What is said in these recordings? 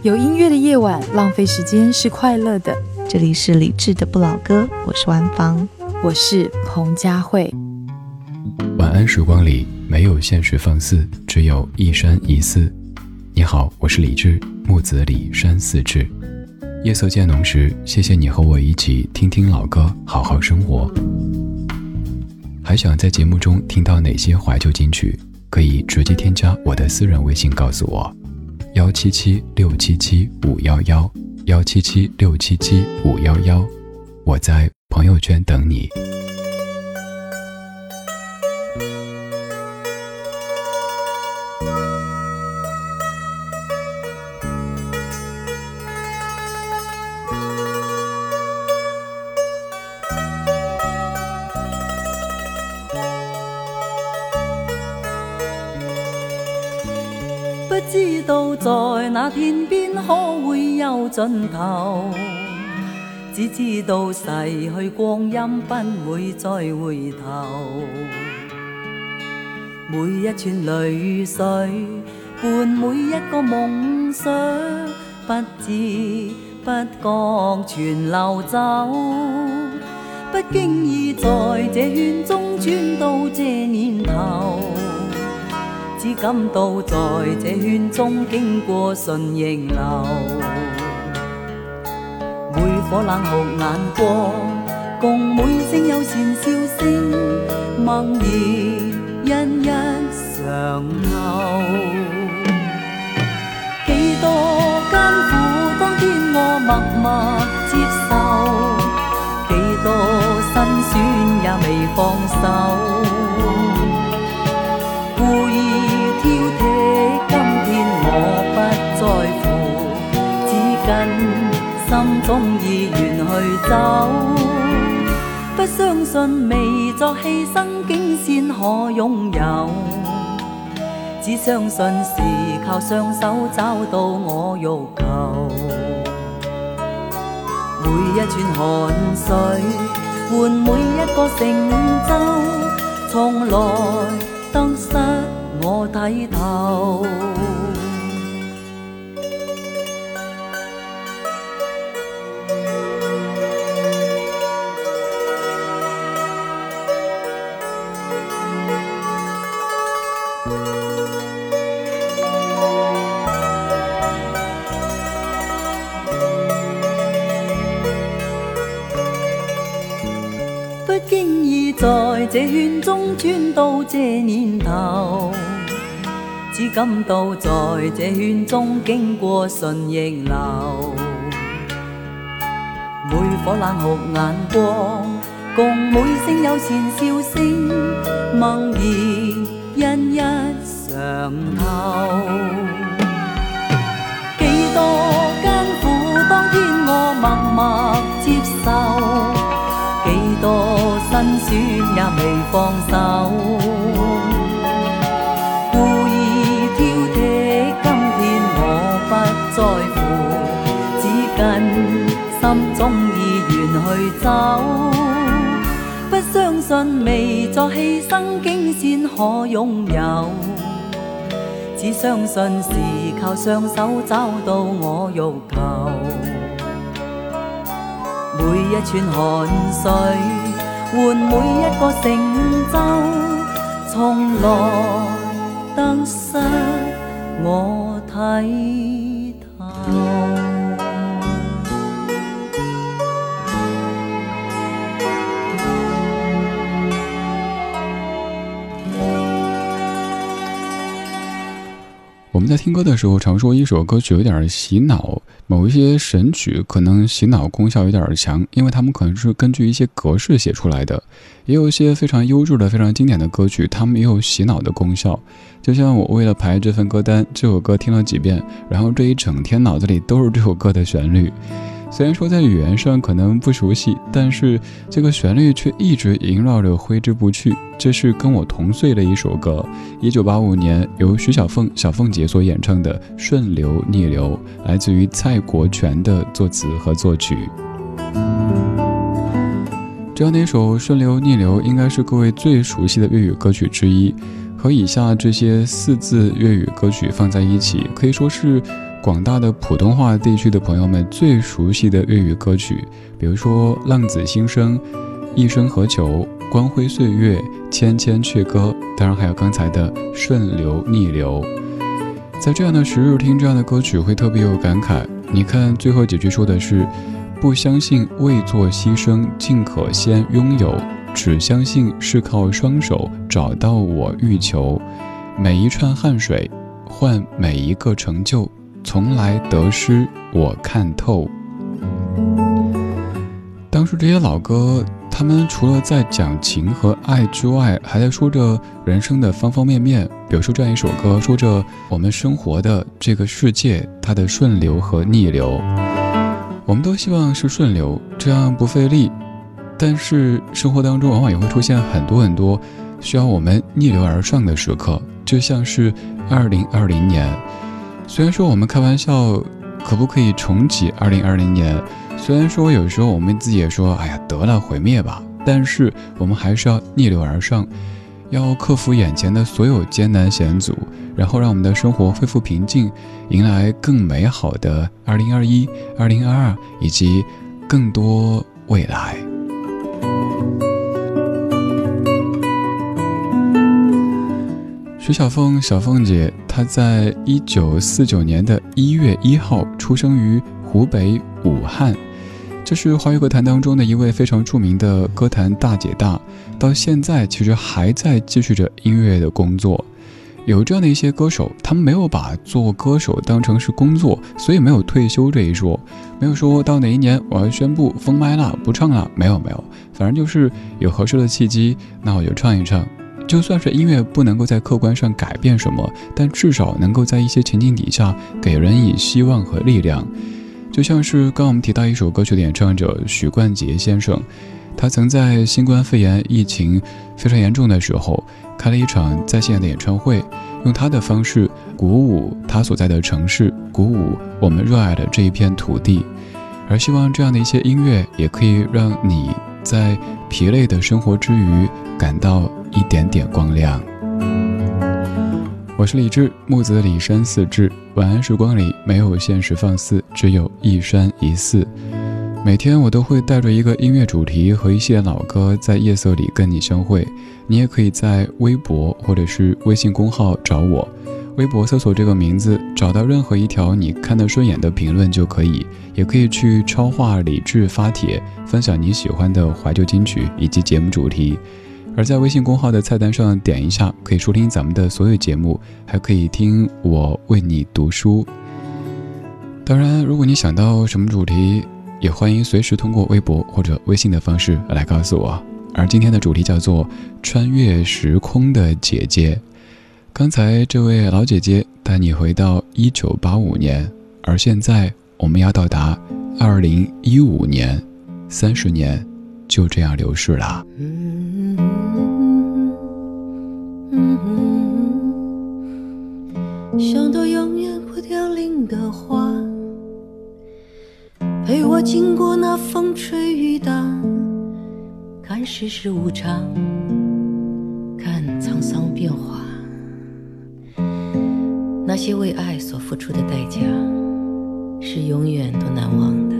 有音乐的夜晚，浪费时间是快乐的。 这里是理智的不老歌，我是万芳， 我是彭佳慧。 晚安时光里没有现实放肆，只有一山一寺。你好，我是李志，木子李，山寺志。夜色渐浓时，谢谢你和我一起听听老歌，好好生活。还想在节目中听到哪些怀旧金曲？可以直接添加我的私人微信告诉我，177-677-511，177-677-511，我在朋友圈等你。 不知道在那天边可會有盡頭，只知道逝去光陰不會再回頭。每一串淚水伴每一個夢想，不知不覺全流走。不經意在這圈中轉到這年頭，只感到在這圈中經過順逆流，每顆冷酷眼光，共每聲友善笑聲，默然一一嘗後。幾多艱苦當天我默默接受，幾多辛酸也未放手。故意挑剔，今天我不在乎，只跟心中意願去走。不相信未作犧牲竟先可擁有，只相信是靠雙手找到我欲求。每一串汗水換每一個成就，從來得失我睇透。不經意在這圈中轉到這年頭，只感到在這圈中經過順逆流，每顆冷酷眼光，共每聲友善笑聲，默然一一嘗透。幾多艱苦當天我默默接受，幾多辛酸也未放手。故意挑剔，今天我不在乎，只跟心中意願去走。不相信未作犧牲竟先可擁有，只相信是靠雙手找到我欲求。每一串汗水換每一個成就，從來得失我睇透。 我们在听歌的时候常说一首歌曲有点洗脑，某一些神曲可能洗脑功效有点强，因为他们可能是根据一些格式写出来的。也有一些非常优质的非常经典的歌曲，他们也有洗脑的功效。就像我为了排这份歌单，这首歌听了几遍，然后这一整天脑子里都是这首歌的旋律。虽然说在语言上可能不熟悉，但是这个旋律却一直萦绕着挥之不去。这是跟我同岁的一首歌，1985年由徐小凤姐所演唱的《顺流逆流》，来自于蔡国权的作词和作曲。这样的一首《顺流逆流》应该是各位最熟悉的粤语歌曲之一，和以下这些4字粤语歌曲放在一起，可以说是广大的普通话地区的朋友们最熟悉的粤语歌曲，比如说《浪子心声》、《一生何求》、《光辉岁月》、《千千阙歌》，当然还有刚才的《顺流逆流》。在这样的时日听这样的歌曲会特别有感慨。你看最后几句说的是，不相信为做牺牲尽可先拥有，只相信是靠双手找到我欲求，每一串汗水换每一个成就，从来得失我看透。当时这些老歌，他们除了在讲情和爱之外，还在说着人生的方方面面。比如说这样一首歌，说着我们生活的这个世界，它的顺流和逆流。我们都希望是顺流，这样不费力，但是生活当中往往也会出现很多需要我们逆流而上的时刻，就像是2020年。虽然说我们开玩笑可不可以重启2020年，虽然说有时候我们自己也说哎呀得了毁灭吧，但是我们还是要逆流而上，要克服眼前的所有艰难险阻，然后让我们的生活恢复平静，迎来更美好的2021、2022以及更多未来。徐小凤，小凤姐，她在1949年的1月1号出生于湖北武汉，这是华语歌坛当中的一位非常著名的歌坛大姐大，到现在其实还在继续着音乐的工作。有这样的一些歌手，他们没有把做歌手当成是工作，所以没有退休这一说，没有说到哪一年我要宣布封麦了不唱了，没有，反正就是有合适的契机，那我就唱一唱。就算是音乐不能够在客观上改变什么，但至少能够在一些情境底下给人以希望和力量。就像是刚我们提到一首歌曲的演唱者许冠杰先生，他曾在新冠肺炎疫情非常严重的时候开了一场在线的演唱会，用他的方式鼓舞他所在的城市，鼓舞我们热爱的这一片土地。而希望这样的一些音乐也可以让你在疲累的生活之余感到一点点光亮。我是李志，木子李山四志，晚安时光里没有现实放肆，只有一山一寺。每天我都会带着一个音乐主题和一些老歌在夜色里跟你相会。你也可以在微博或者是微信公号找我，微博搜索这个名字，找到任何一条你看得顺眼的评论就可以，也可以去超话李志发帖，分享你喜欢的怀旧金曲以及节目主题。而在微信公号的菜单上点一下，可以收听咱们的所有节目，还可以听我为你读书。当然，如果你想到什么主题，也欢迎随时通过微博或者微信的方式来告诉我。而今天的主题叫做穿越时空的姐姐。刚才这位老姐姐带你回到1985年，而现在我们要到达2015年，30年就这样流逝了。 像朵永远不凋零的花，陪我经过那风吹雨打，看世事无常，看沧桑变化。那些为爱所付出的代价，是永远都难忘的。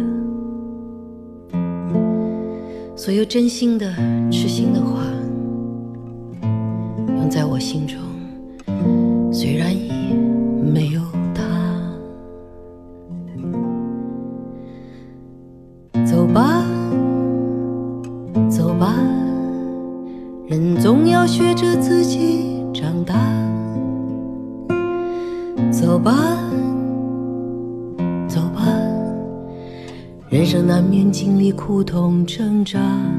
所有真心的、痴心的话，用在我心中，虽然已没有他。走吧，走吧，人总要学着自己长大。走吧，走吧，人生难免经历苦痛挣扎。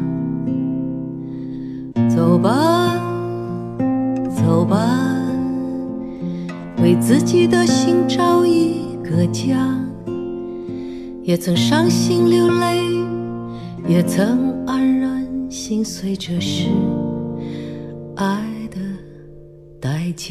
走吧，走吧，为自己的心找一个家。也曾伤心流泪，也曾黯然心碎，这是爱的代价。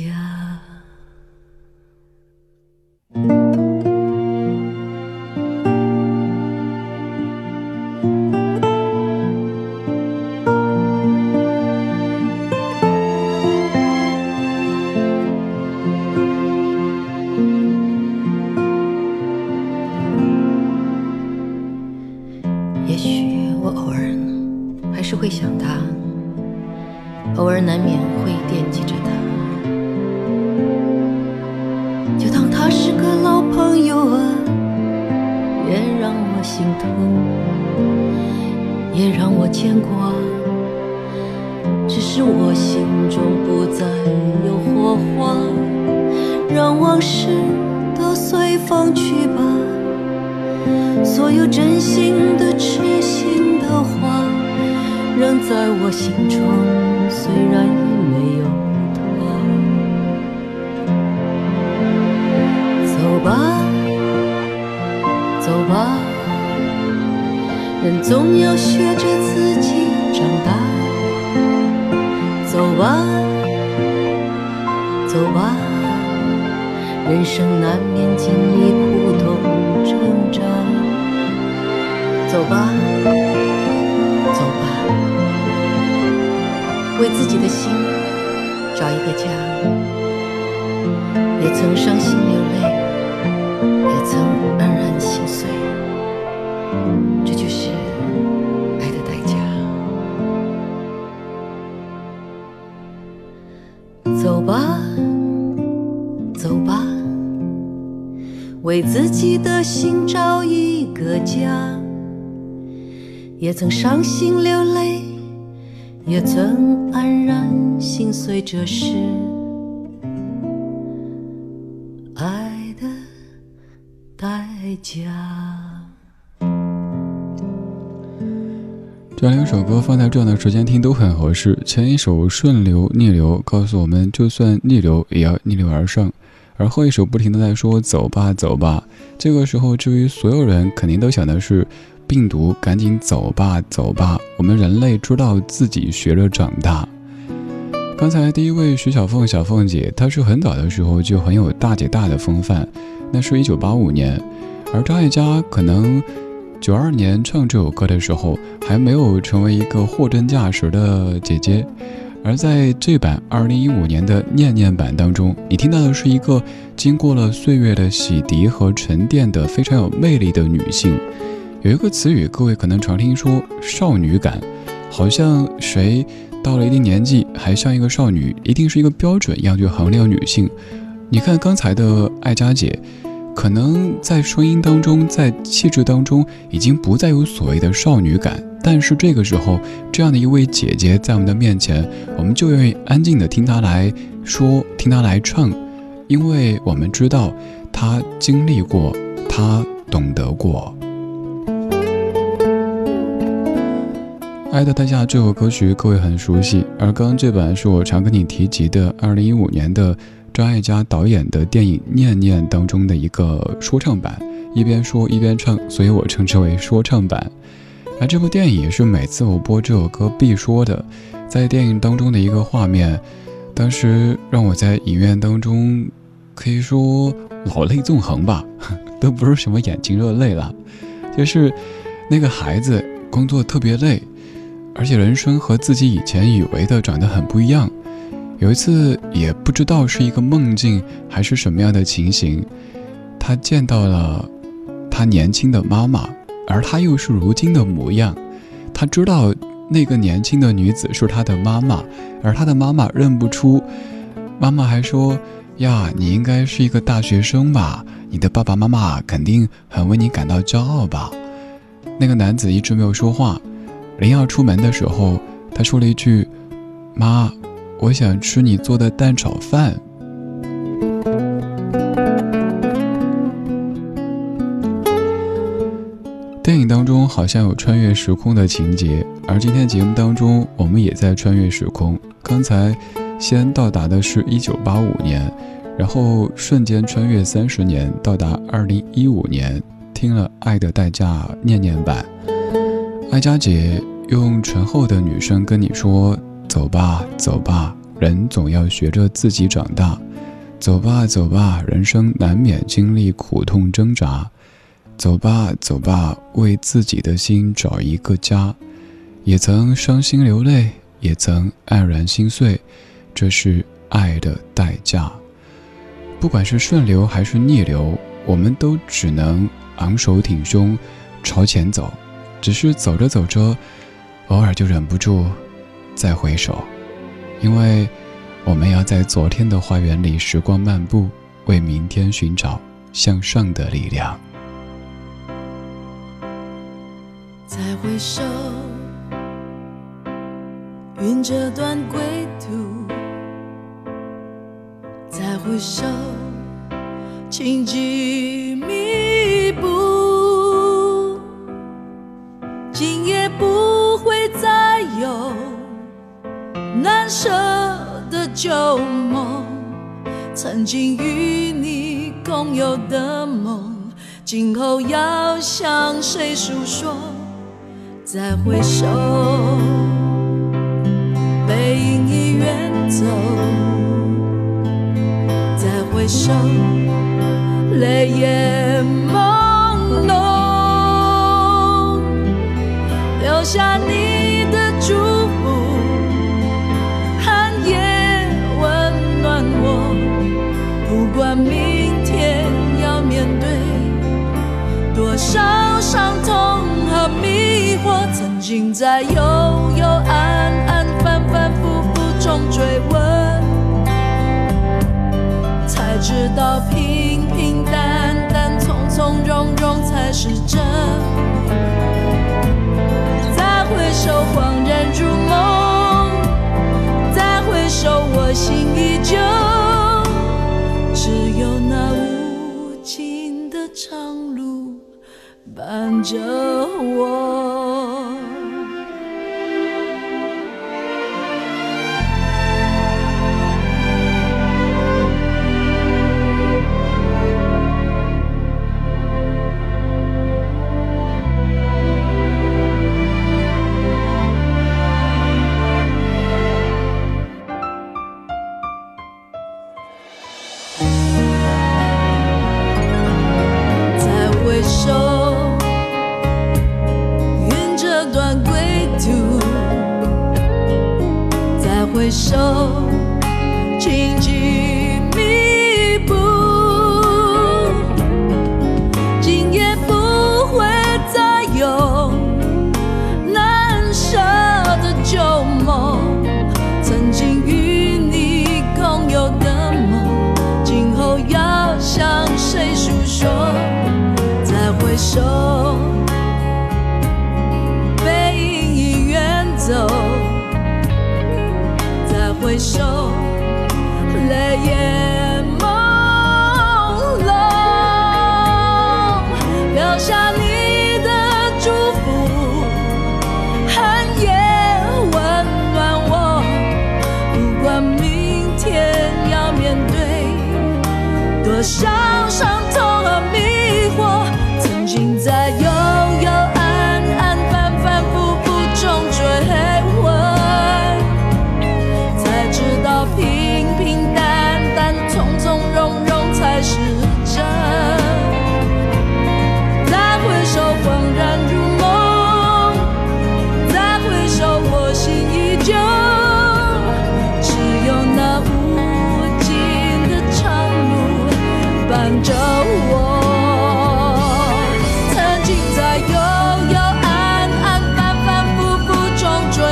会想他，偶尔难免会惦记着他，就当他是个老朋友啊，也让我心疼，也让我牵挂，只是我心中不再有火花，让往事都随风去吧，所有真心的痴心的话仍在我心中，虽然已没有他。走吧走吧，人总要学着自己长大，走吧走吧，人生难免经历苦痛挣扎，走吧走吧，为自己的心找一个家，也曾伤心流泪，也曾黯然心碎，这就是爱的代价。走吧走吧，为自己的心找一个家，也曾伤心流泪，也曾黯然心碎，这是爱的代价。 这两首歌放在这样的时间听都很合适。前一首顺流逆流告诉我们，就算逆流也要逆流而上，而后一首不停地在说走吧走吧。这个时候至于所有人肯定都想的是病毒赶紧走吧走吧，我们人类知道自己学着长大。刚才第一位徐小凤小凤姐，她是很早的时候就很有大姐大的风范，那是1985年，而张艾嘉可能92年唱这首歌的时候还没有成为一个货真价实的姐姐。而在这版2015年的念念版当中，你听到的是一个经过了岁月的洗涤和沉淀的非常有魅力的女性。有一个词语各位可能常听说，少女感，好像谁到了一定年纪还像一个少女，一定是一个标准一样去衡量女性。你看刚才的艾嘉姐，可能在声音当中，在气质当中已经不再有所谓的少女感，但是这个时候这样的一位姐姐在我们的面前，我们就愿意安静的听她来说，听她来唱，因为我们知道她经历过，她懂得过。爱的代价这首歌曲各位很熟悉，而刚刚这版是我常跟你提及的2015年的张艾嘉导演的电影《念念》当中的一个说唱版，一边说一边唱，所以我称之为说唱版。而这部电影也是每次我播这首歌必说的，在电影当中的一个画面，当时让我在影院当中可以说老泪纵横吧，都不是什么眼睛热泪了，就是那个孩子工作特别累，而且人生和自己以前以为的长得很不一样。有一次也不知道是一个梦境还是什么样的情形，他见到了他年轻的妈妈，而他又是如今的模样。他知道那个年轻的女子是他的妈妈，而他的妈妈认不出。妈妈还说呀，你应该是一个大学生吧，你的爸爸妈妈肯定很为你感到骄傲吧。那个男子一直没有说话，临要出门的时候，他说了一句，妈，我想吃你做的蛋炒饭。电影当中好像有穿越时空的情节，而今天节目当中我们也在穿越时空。刚才先到达的是1985年，然后瞬间穿越30年，到达2015年，听了《爱的代价》念念版。艾嘉姐用醇厚的女声跟你说，走吧走吧，人总要学着自己长大，走吧走吧，人生难免经历苦痛挣扎，走吧走吧，为自己的心找一个家，也曾伤心流泪，也曾黯然心碎，这是爱的代价。不管是顺流还是逆流，我们都只能昂首挺胸朝前走，只是走着走着， 偶尔就忍不住再回首，因为我们要在昨天的花园里时光漫步，为明天寻找向上的力量。 再回首，云这段归途，再回首，荆棘密布，今夜不会再有难舍的旧梦，曾经与你共有的梦，今后要向谁诉说？再回首，背影已远走，再回首，泪眼朦胧，留下你的祝福，寒夜温暖我，不管明天要面对多少伤痛和迷惑，曾经在幽幽暗暗反反复复中追问，才知道平平淡淡从从容容才是真。再回首恍然如梦，再回首我心依旧，只有那无尽的长路伴着我。回首，荆棘密布，今夜不会再有难舍的旧梦，曾经与你共有的梦，今后要向谁诉说？再回首，背影已远走，回首，泪眼朦胧，留下你的祝福，寒夜温暖我，不管明天要面对多少伤痛和迷惑，曾经在幽幽暗暗反反复复中追问，直到平平淡淡从从容容才是真。再回首恍然如梦，再回首我心依旧，只有那无尽的长路伴着我。曾经在幽幽暗暗反反复复中追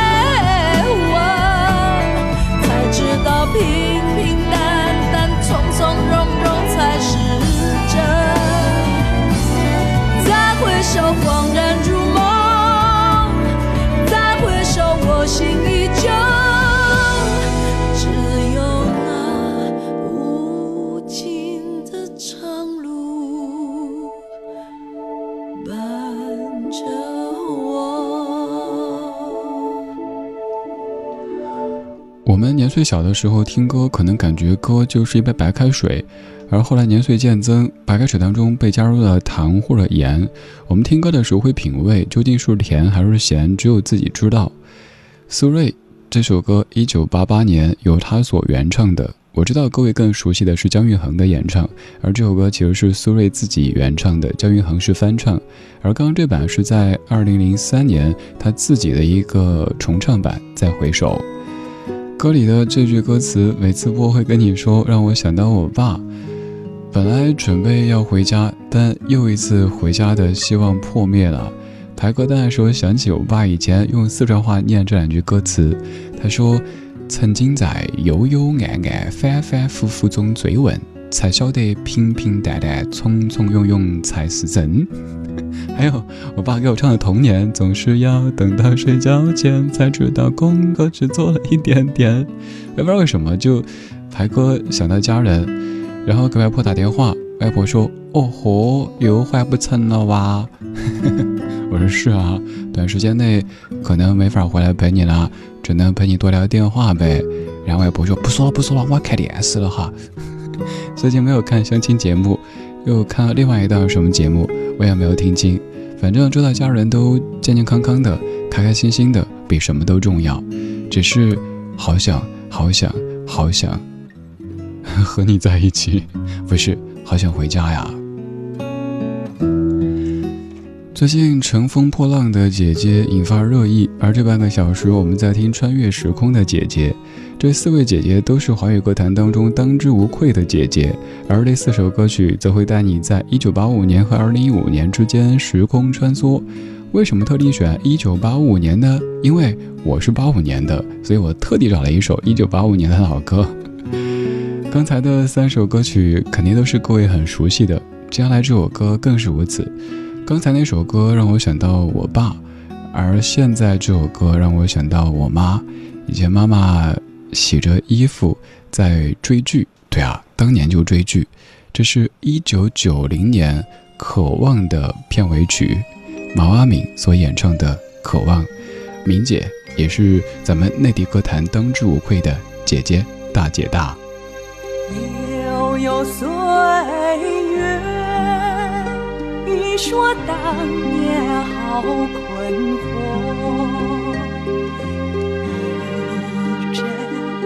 直到平平淡淡从从容容才是真。再回首恍然如梦，再回首我心依旧，只有那无尽的长路伴着我们年岁小的时候听歌，可能感觉歌就是一杯白开水，而后来年岁渐增，白开水当中被加入了糖或者盐，我们听歌的时候会品味究竟是甜还是咸，只有自己知道。苏芮这首歌1988年由他所原唱的，我知道各位更熟悉的是姜育恒的演唱，而这首歌其实是苏芮自己原唱的，姜育恒是翻唱，而刚刚这版是在2003年他自己的一个重唱版。再回首，歌里的这句歌词每次播会跟你说，让我想到我爸。本来准备要回家，但又一次回家的希望破灭了。 排歌单的时候想起我爸以前用四川话念这两句歌词，他说曾经在幽幽暗暗反反复复中追问，才晓得平平淡淡从从容容才是真。还有我爸给我唱的童年，总是要等到睡觉前才知道功课只做了一点点。我也不知道为什么就排歌想到家人，然后给外婆打电话，外婆说哦吼，又还不成了哇。我说是啊，短时间内可能没法回来陪你了，只能陪你多聊电话呗。然后外婆说不说了不说了，我要看电视了哈。最近没有看相亲节目，又看了另外一档什么节目，我也没有听清。反正知道家人都健健康康的，开开心心的，比什么都重要。只是好想好想好想和你在一起，不是好想回家呀。最近乘风破浪的姐姐引发热议，而这半个小时我们在听穿越时空的姐姐。这4位姐姐都是华语歌坛当中当之无愧的姐姐，而这4首歌曲则会带你在1985年和2015年之间时空穿梭。为什么特地选1985年呢？因为我是85年的，所以我特地找了一首1985年的老歌。刚才的3首歌曲肯定都是各位很熟悉的，接下来这首歌更是如此。刚才那首歌让我想到我爸，而现在这首歌让我想到我妈。以前妈妈洗着衣服在追剧，对啊，当年就追剧。这是1990年《渴望》的片尾曲，毛阿敏所演唱的《渴望》。敏姐也是咱们内地歌坛当之无愧的姐姐大姐大。 悠悠岁月，你说当年好困惑，一真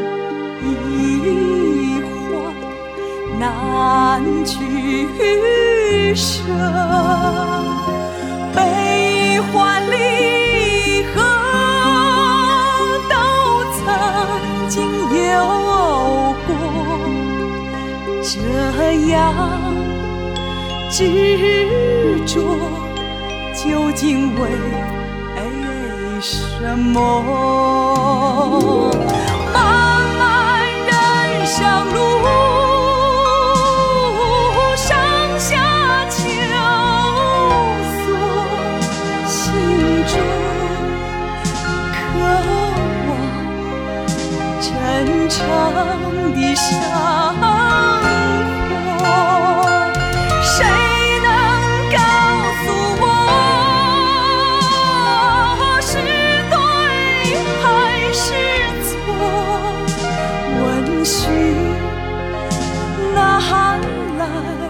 一幻难取舍，悲欢离合都曾经有过，这样执着究竟为什么？漫漫人生路，上下求索，心中渴望真诚的生活。谁能告诉我是对还是错？温煦南来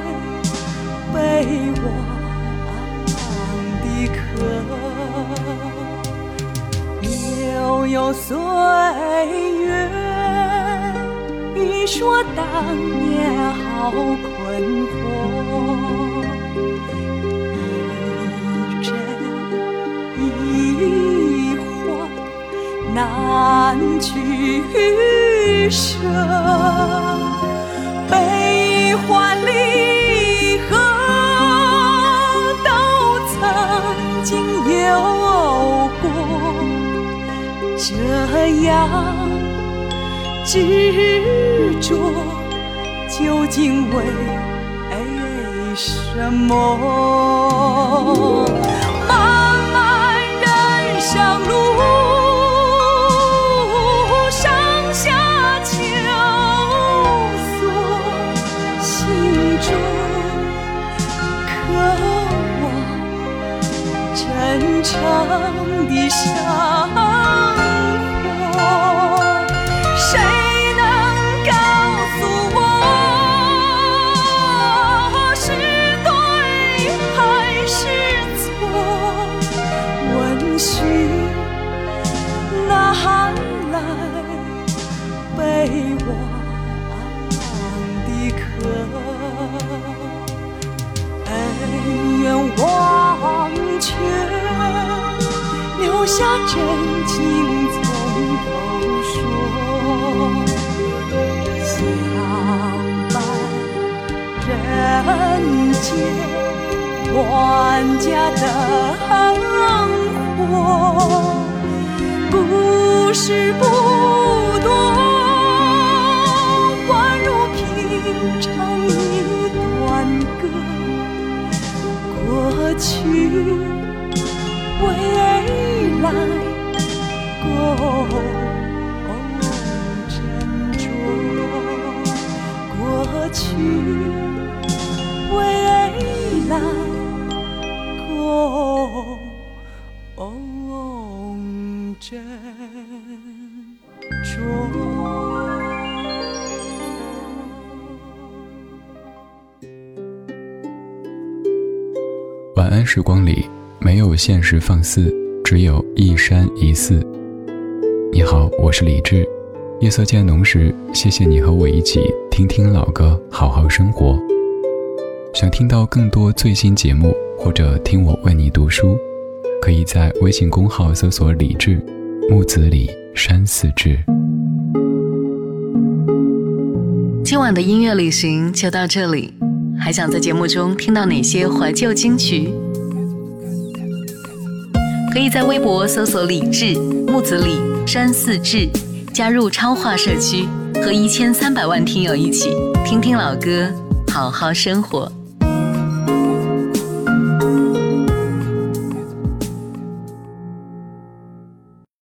北往的客，悠悠岁月，你说当年好困惑，一真一幻难取舍，悲欢离合都曾经有过，这样执着究竟为什么？漫漫人生路，上下求索，心中渴望真诚的生活。谁能告诉我是对还是错？温煦南来北往的客，恩怨忘却，留下真情从头说。相伴人间万家的灯火，故事不多，宛如平常一段歌。过去未来共斟酌，过去未来共斟酌。 晚安时光里没有现实放肆，只有一山一寺。你好，我是李志。夜色渐浓时，谢谢你和我一起听听老歌，好好生活。想听到更多最新节目，或者听我为你读书，可以在微信公号搜索李志，木子李，山寺志。 今晚的音乐旅行就到这里，还想在节目中听到哪些怀旧金曲？可以在微博搜索李志，木子李，山寺志，加入超话社区，和1300万听友一起听听老歌，好好生活。